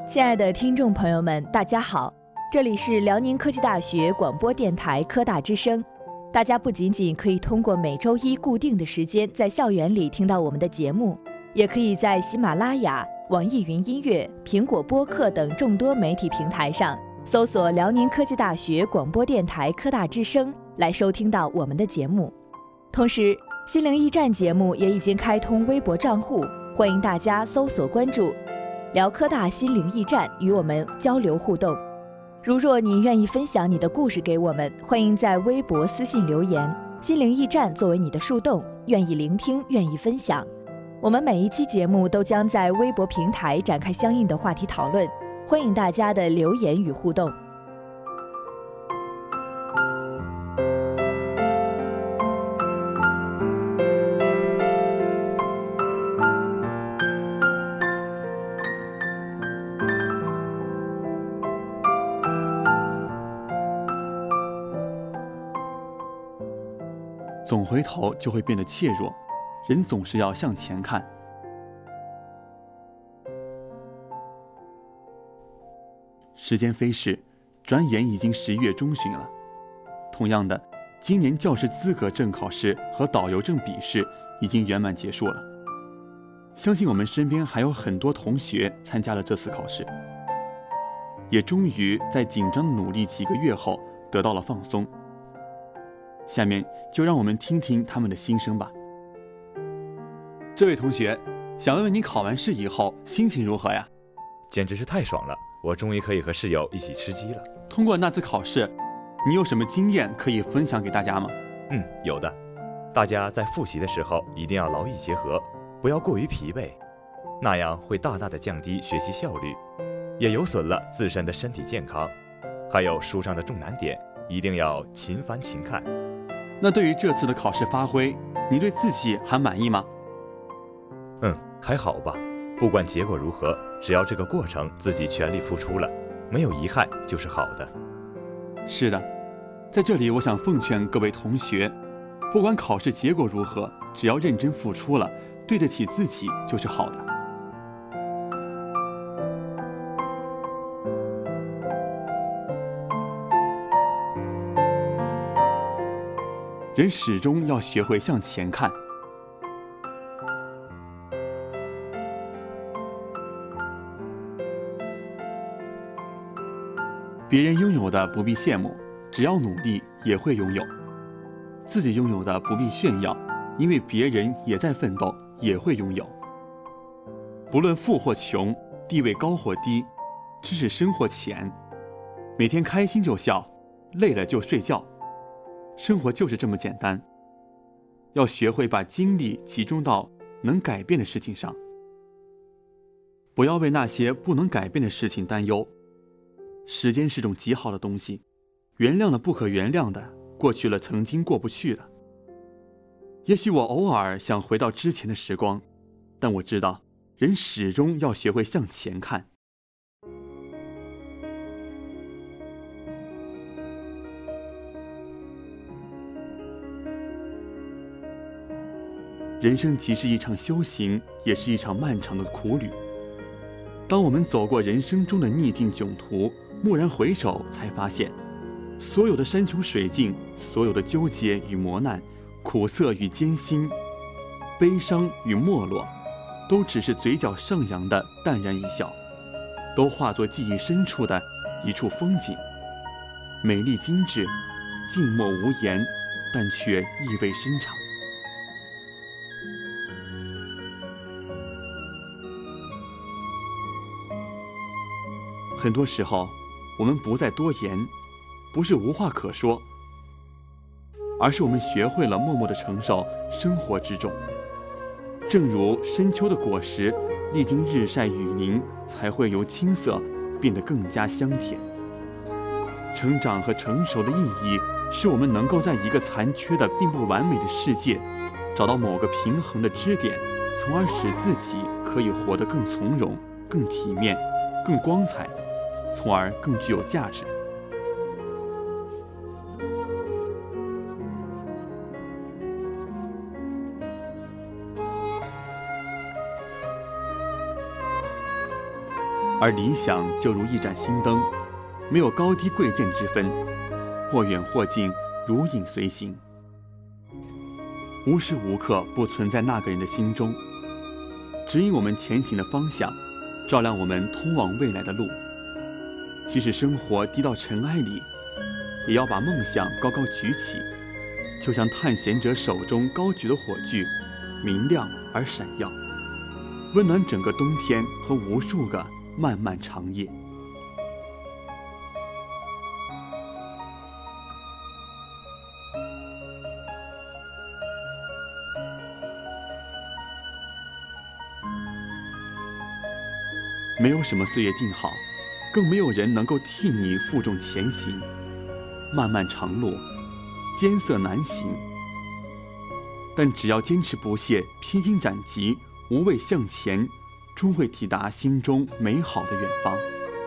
亲爱的听众朋友们，大家好，这里是辽宁科技大学广播电台科大之声。大家不仅仅可以通过每周一固定的时间在校园里听到我们的节目，也可以在喜马拉雅、网易云音乐、苹果播客等众多媒体平台上搜索辽宁科技大学广播电台科大之声来收听到我们的节目。同时，心灵驿站节目也已经开通微博账户，欢迎大家搜索关注辽科大心灵驿站，与我们交流互动。如若你愿意分享你的故事给我们，欢迎在微博私信留言，心灵驿站作为你的树洞，愿意聆听，愿意分享。我们每一期节目都将在微博平台展开相应的话题讨论，欢迎大家的留言与互动。 总回头就会变得怯弱，人总是要向前看。时间飞逝，转眼已经11月中旬了。同样的，今年教师资格证考试和导游证笔试已经圆满结束了。相信我们身边还有很多同学参加了这次考试，也终于在紧张努力几个月后得到了放松。下面就让我们听听他们的心声吧。这位同学，想问问你考完试以后心情如何呀？ 简直是太爽了，我终于可以和室友一起吃鸡了。 通过那次考试，你有什么经验可以分享给大家吗？ 有的。大家在复习的时候一定要劳逸结合，不要过于疲惫，那样会大大的降低学习效率，也有损了自身的身体健康。还有书上的重难点一定要勤翻勤看。 那对于这次的考试发挥，你对自己还满意吗？ 还好吧，不管结果如何，只要这个过程自己全力付出了，没有遗憾就是好的。 是的，在这里我想奉劝各位同学，不管考试结果如何，只要认真付出了，对得起自己就是好的。人始终要学会向前看。别人拥有的不必羡慕，只要努力也会拥有；自己拥有的不必炫耀，因为别人也在奋斗，也会拥有。不论富或穷，地位高或低，知识深或浅，每天开心就笑，累了就睡觉。生活就是这么简单，要学会把精力集中到能改变的事情上，不要为那些不能改变的事情担忧。时间是种极好的东西，原谅了不可原谅的，过去了曾经过不去的。也许我偶尔想回到之前的时光，但我知道，人始终要学会向前看。人生既是一场修行，也是一场漫长的苦旅。当我们走过人生中的逆境窘途，蓦然回首，才发现，所有的山穷水尽，所有的纠结与磨难，苦涩与艰辛，悲伤与没落，都只是嘴角上扬的淡然一笑，都化作记忆深处的一处风景，美丽精致，静默无言，但却意味深长。很多时候，我们不再多言，不是无话可说，而是我们学会了默默地承受生活之重。正如深秋的果实，历经日晒雨淋，才会由青涩变得更加香甜。成长和成熟的意义，是我们能够在一个残缺的并不完美的世界，找到某个平衡的支点，从而使自己可以活得更从容、更体面、更光彩，从而更具有价值。 而理想就如一盏心灯，没有高低贵贱之分，或远或近，如影随形，无时无刻不存在那个人的心中，指引我们前行的方向，照亮我们通往未来的路。即使生活低到尘埃里，也要把梦想高高举起，就像探险者手中高举的火炬，明亮而闪耀，温暖整个冬天和无数个漫漫长夜。没有什么岁月静好，更没有人能够替你负重前行。漫漫长路，艰涩难行，但只要坚持不懈，披荆斩棘，无畏向前，终会抵达心中美好的远方。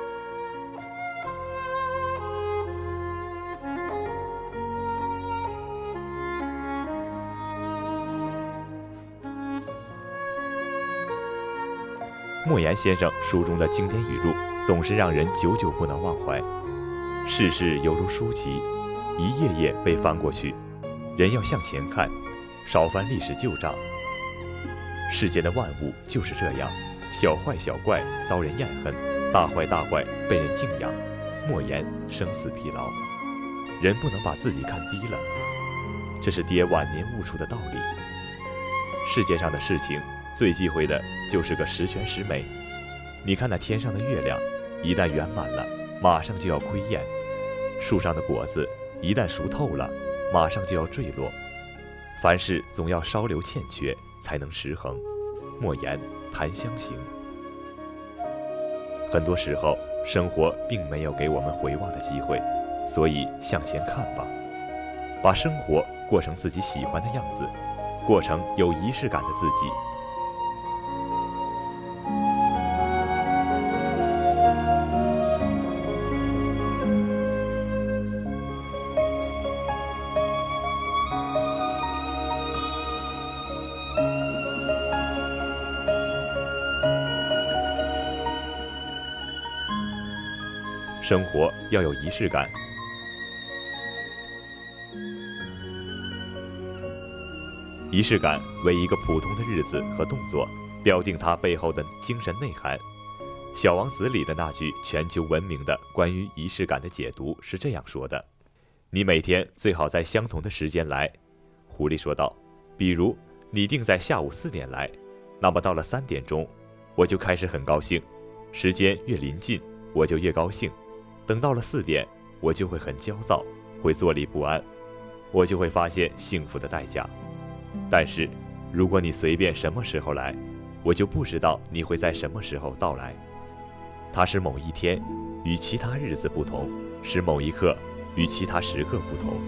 莫言先生书中的经典语录总是让人久久不能忘怀。世事犹如书籍，一页页被翻过去，人要向前看，少翻历史旧账。世间的万物就是这样，小坏小怪遭人厌恨，大坏大怪被人敬仰。莫言生死疲劳，人不能把自己看低了，这是爹晚年悟出的道理。世界上的事情最忌讳的就是个十全十美。你看那天上的月亮，一旦圆满了，马上就要亏厌；树上的果子一旦熟透了，马上就要坠落。凡事总要稍留欠缺，才能实衡。莫言檀香刑。很多时候，生活并没有给我们回望的机会，所以向前看吧，把生活过成自己喜欢的样子，过成有仪式感的自己。生活要有仪式感。仪式感为一个普通的日子和动作标定它背后的精神内涵。小王子里的那句全球闻名的关于仪式感的解读是这样说的：你每天最好在相同的时间来。狐狸说道，比如你定在下午4点来，那么到了3点钟，我就开始很高兴，时间越临近，我就越高兴，等到了4点，我就会很焦躁，会坐立不安，我就会发现幸福的代价。但是如果你随便什么时候来，我就不知道你会在什么时候到来。它使某一天与其他日子不同，使某一刻与其他时刻不同。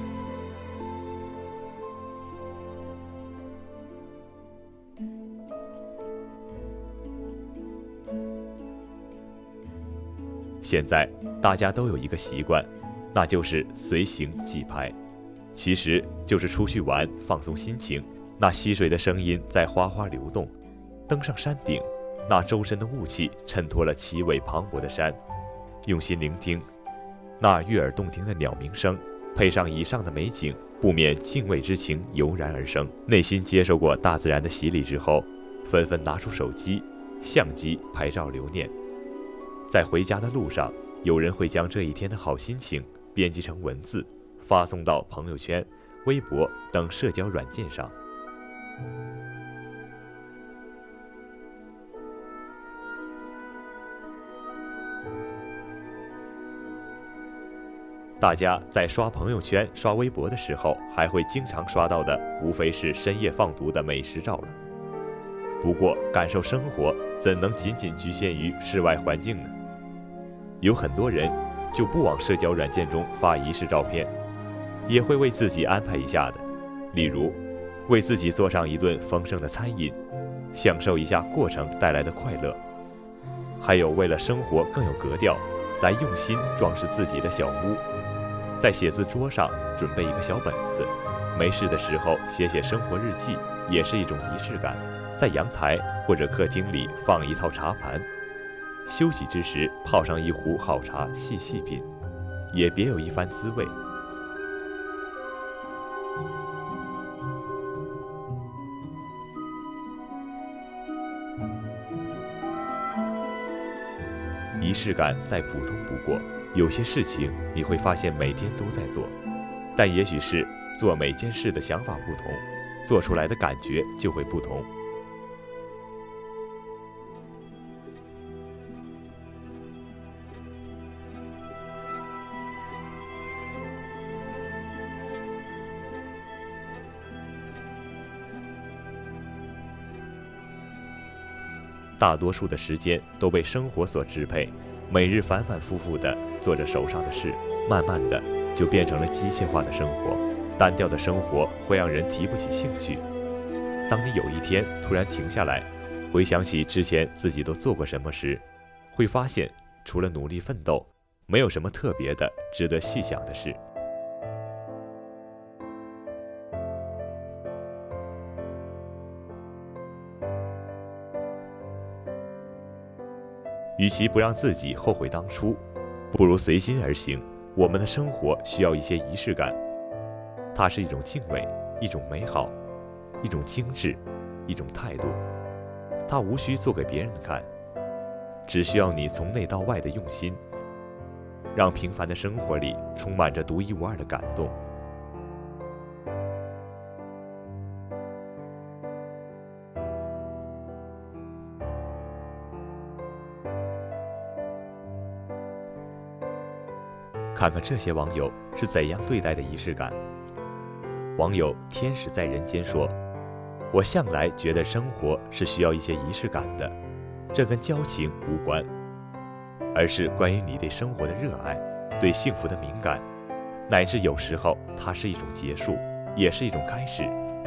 现在大家都有一个习惯，那就是随行即拍，其实就是出去玩，放松心情。那溪水的声音在哗哗流动，登上山顶，那周身的雾气衬托了奇伟磅礴的山。用心聆听那悦耳动听的鸟鸣声，配上以上的美景，不免敬畏之情油然而生。内心接受过大自然的洗礼之后，纷纷拿出手机、相机拍照留念。在回家的路上，有人会将这一天的好心情编辑成文字，发送到朋友圈、微博等社交软件上。大家在刷朋友圈、刷微博的时候，还会经常刷到的，无非是深夜放毒的美食照了。不过，感受生活怎能仅仅局限于室外环境呢？有很多人就不往社交软件中发仪式照片，也会为自己安排一下的。例如，为自己做上一顿丰盛的餐饮，享受一下过程带来的快乐。还有为了生活更有格调，来用心装饰自己的小屋，在写字桌上准备一个小本子，没事的时候写写生活日记，也是一种仪式感。在阳台或者客厅里放一套茶盘， 休息之时泡上一壶好茶细细品，也别有一番滋味。仪式感再普通不过，有些事情你会发现每天都在做，但也许是做每件事的想法不同，做出来的感觉就会不同。大多数的时间都被生活所支配，每日反反复复地做着手上的事，慢慢的就变成了机械化的生活。单调的生活会让人提不起兴趣。当你有一天突然停下来，回想起之前自己都做过什么时，会发现除了努力奋斗，没有什么特别的值得细想的事。与其不让自己后悔当初，不如随心而行。我们的生活需要一些仪式感，它是一种敬畏，一种美好，一种精致，一种态度。它无需做给别人看，只需要你从内到外的用心，让平凡的生活里充满着独一无二的感动。看看这些网友是怎样对待的仪式感。网友天使在人间说，我向来觉得生活是需要一些仪式感的，这跟交情无关，而是关于你对生活的热爱，对幸福的敏感，乃至有时候它是一种结束，也是一种开始。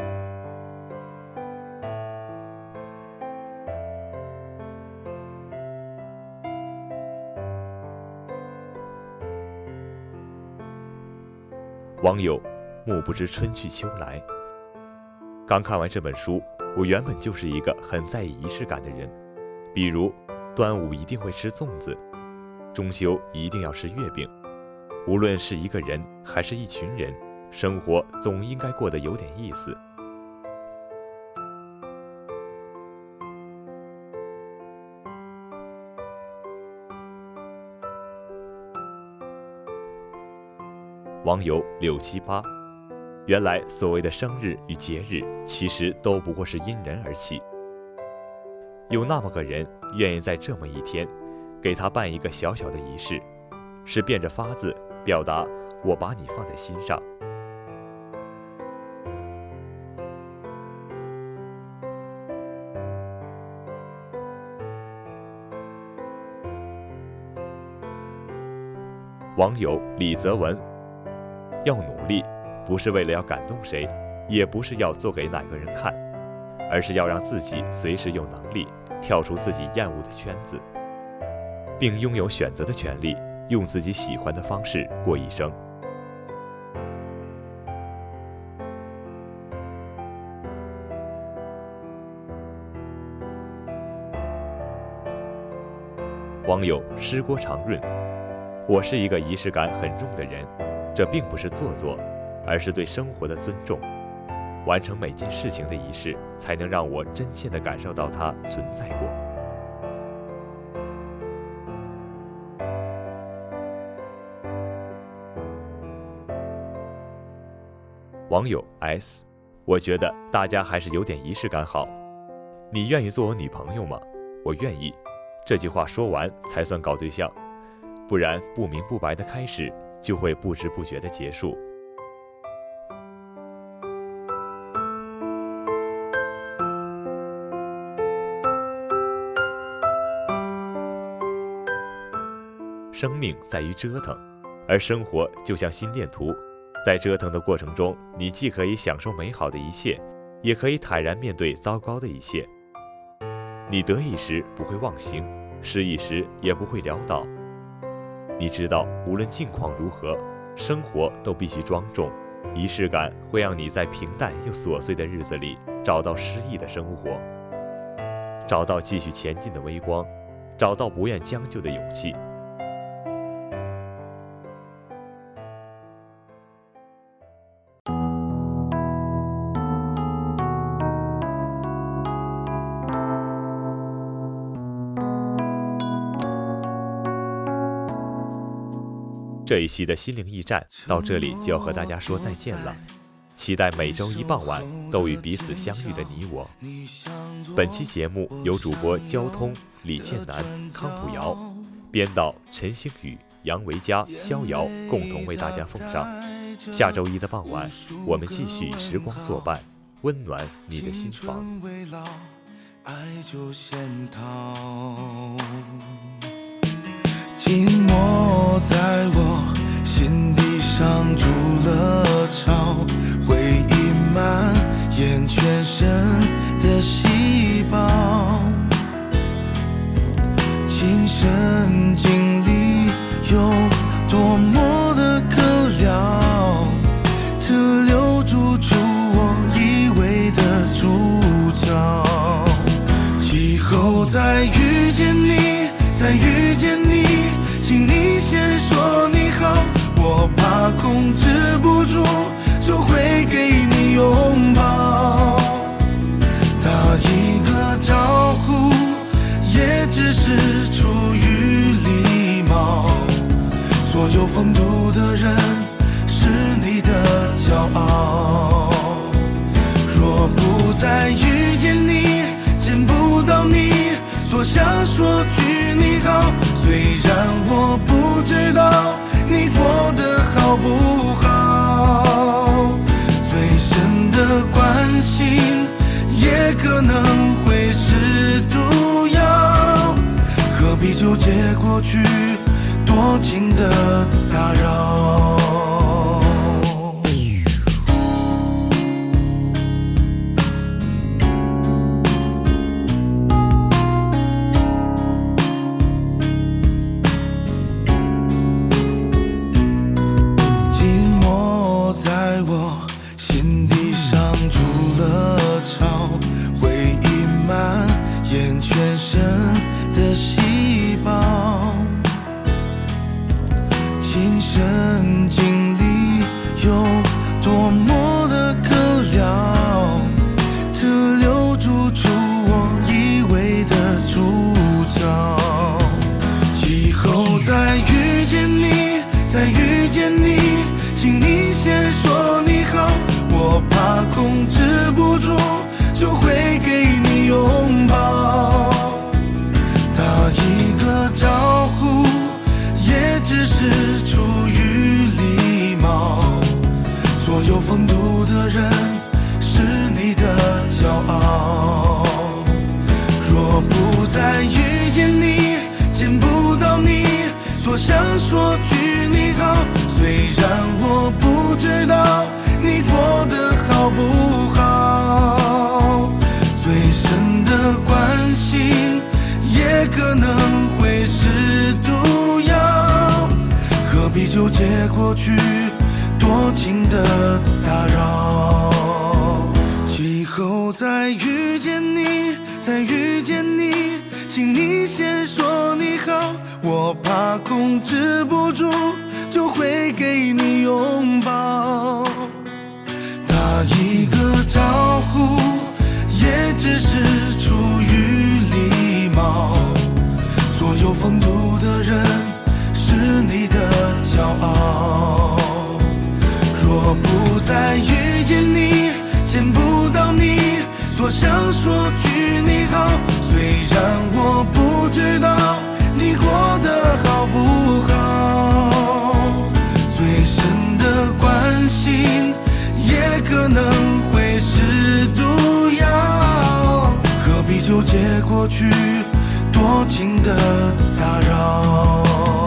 网友木不知春去秋来。刚看完这本书，我原本就是一个很在意仪式感的人，比如端午一定会吃粽子，中秋一定要吃月饼。无论是一个人还是一群人，生活总应该过得有点意思。网友678，原来所谓的生日与节日，其实都不过是因人而起。有那么个人愿意在这么一天，给他办一个小小的仪式，是变着法子表达我把你放在心上。网友李泽文，要努力，不是为了要感动谁，也不是要做给哪个人看，而是要让自己随时有能力跳出自己厌恶的圈子，并拥有选择的权利，用自己喜欢的方式过一生。网友诗郭长润，我是一个仪式感很重的人，这并不是做作，而是对生活的尊重。完成每件事情的仪式，才能让我真切地感受到它存在过。网友 S， 我觉得大家还是有点仪式感好。你愿意做我女朋友吗？我愿意。这句话说完才算搞对象，不然不明不白的开始，就会不知不觉的结束。生命在于折腾，而生活就像心电图，在折腾的过程中，你既可以享受美好的一切，也可以坦然面对糟糕的一切。你得意时不会忘形，失意时也不会潦倒。你知道，无论境况如何，生活都必须庄重。仪式感会让你在平淡又琐碎的日子里找到诗意的生活，找到继续前进的微光， 找到不愿将就的勇气。这一期的心灵驿站到这里就要和大家说再见了，期待每周一傍晚都与彼此相遇的你我。本期节目由主播交通、李建南、康普瑶，编导陈星宇、杨维佳、逍遥共同为大家奉上。下周一的傍晚，我们继续以时光作伴，温暖你的心房。 爱就先逃，寂寞在我心底上筑了巢，回忆蔓延全身的细胞，亲身经历有多么的可聊，这留住出我以为的主角。以后再遇见你，再遇见你，请你先说你好，我怕控制不住就会给你拥抱。打一个招呼也只是出于礼貌，所有风度的人是你的骄傲。若不再遇见你，见不到你，多想说句你好，虽然我不知道你过得好不好，最深的关心也可能会是毒药，何必纠结过去多情的打扰。在我心底上筑了巢，回忆蔓延全身的细胞，亲身经历有多么的可聊，这留住出我以为的主角。以后再遇见你，再遇见你，请你先说你好，我怕控制不住就会给你拥抱。打一个招呼也只是出于礼貌，所有风度的人是你的骄傲。若不再遇见你，见不到你，多想说句你好，虽然我不知道你过得好不好，最深的关心也可能会是毒药，何必纠结过去多情的打扰。以后再遇见你，再遇见你，请你先说你好，我怕控制不住就会给你拥抱。打一个招呼也只是出于礼貌，所有风度的人是你的骄傲。若不再遇见你，见不到你，多想说句你好，虽然我不知道你过得好不好，最深的关心也可能会是毒药，何必纠结过去多情的打扰。